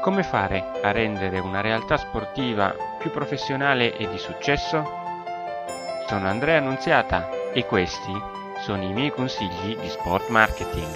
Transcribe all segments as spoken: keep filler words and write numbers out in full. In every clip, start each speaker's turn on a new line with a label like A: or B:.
A: Come fare a rendere una realtà sportiva più professionale e di successo? Sono Andrea Annunziata e questi sono i miei consigli di sport marketing.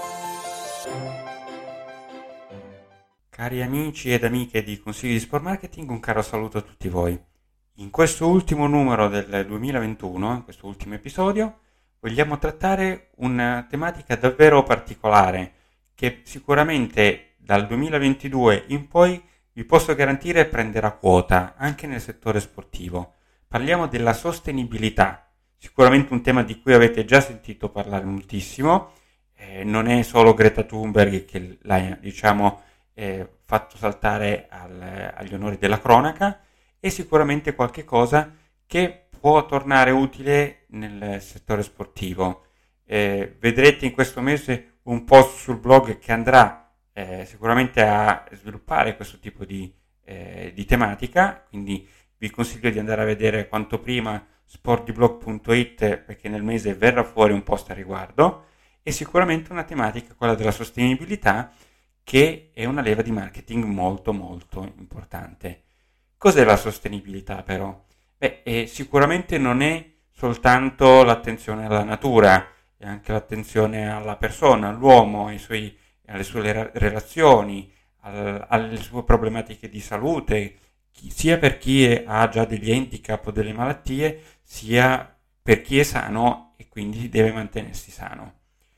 B: Cari amici ed amiche di Consigli di Sport Marketing, un caro saluto a tutti voi. In questo ultimo numero del duemilaventuno, in questo ultimo episodio, vogliamo trattare una tematica davvero particolare che sicuramente dal duemilaventidue in poi vi posso garantire prenderà quota anche nel settore sportivo. Parliamo della sostenibilità, sicuramente un tema di cui avete già sentito parlare moltissimo, eh, non è solo Greta Thunberg che l'ha, diciamo, eh, fatto saltare al, agli onori della cronaca, è sicuramente qualche cosa che può tornare utile nel settore sportivo. Eh, vedrete in questo mese un post sul blog che andrà eh, sicuramente a sviluppare questo tipo di, eh, di tematica, quindi vi consiglio di andare a vedere quanto prima sportdiblog punto it perché nel mese verrà fuori un post a riguardo. È sicuramente una tematica, quella della sostenibilità, che è una leva di marketing molto molto importante. Cos'è la sostenibilità però? Beh, eh, sicuramente non è soltanto l'attenzione alla natura, è anche l'attenzione alla persona, all'uomo, ai suoi, alle sue re- relazioni, al, alle sue problematiche di salute, chi, sia per chi è, ha già degli handicap o delle malattie, sia per chi è sano e quindi deve mantenersi sano.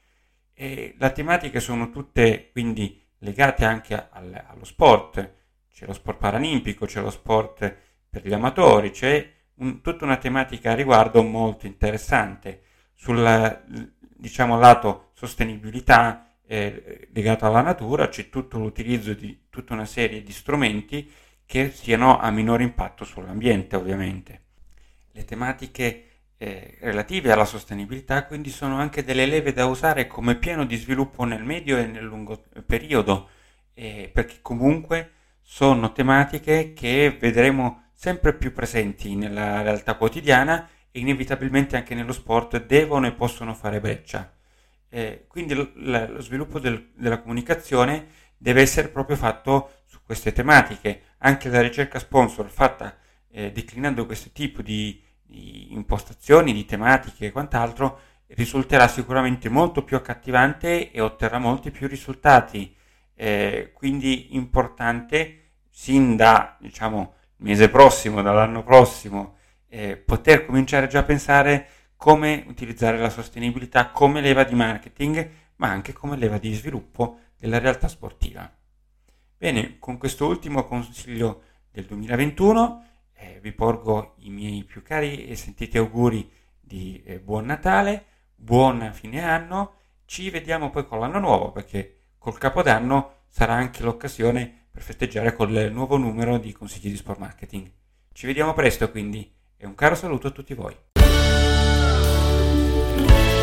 B: E le tematiche sono tutte quindi legate anche al, allo sport. C'è lo sport paralimpico, c'è lo sport per gli amatori, c'è un, tutta una tematica a riguardo molto interessante sul, diciamo, lato sostenibilità eh, legato alla natura. C'è tutto l'utilizzo di tutta una serie di strumenti che siano a minore impatto sull'ambiente, ovviamente. Le tematiche eh, relative alla sostenibilità quindi sono anche delle leve da usare come piano di sviluppo nel medio e nel lungo periodo, eh, perché comunque sono tematiche che vedremo sempre più presenti nella realtà quotidiana e inevitabilmente anche nello sport devono e possono fare breccia. Eh, quindi lo, lo sviluppo del, della comunicazione deve essere proprio fatto su queste tematiche. Anche la ricerca sponsor fatta eh, declinando questo tipo di, di impostazioni, di tematiche e quant'altro risulterà sicuramente molto più accattivante e otterrà molti più risultati. Eh, quindi importante sin da, diciamo, il mese prossimo, dall'anno prossimo, eh, poter cominciare già a pensare come utilizzare la sostenibilità come leva di marketing, ma anche come leva di sviluppo della realtà sportiva. Bene, con questo ultimo consiglio del duemilaventuno eh, vi porgo i miei più cari e sentiti auguri di eh, buon Natale, buon fine anno. Ci vediamo poi con l'anno nuovo, perché col Capodanno sarà anche l'occasione per festeggiare col nuovo numero di Consigli di Sport Marketing. Ci vediamo presto quindi e un caro saluto a tutti voi.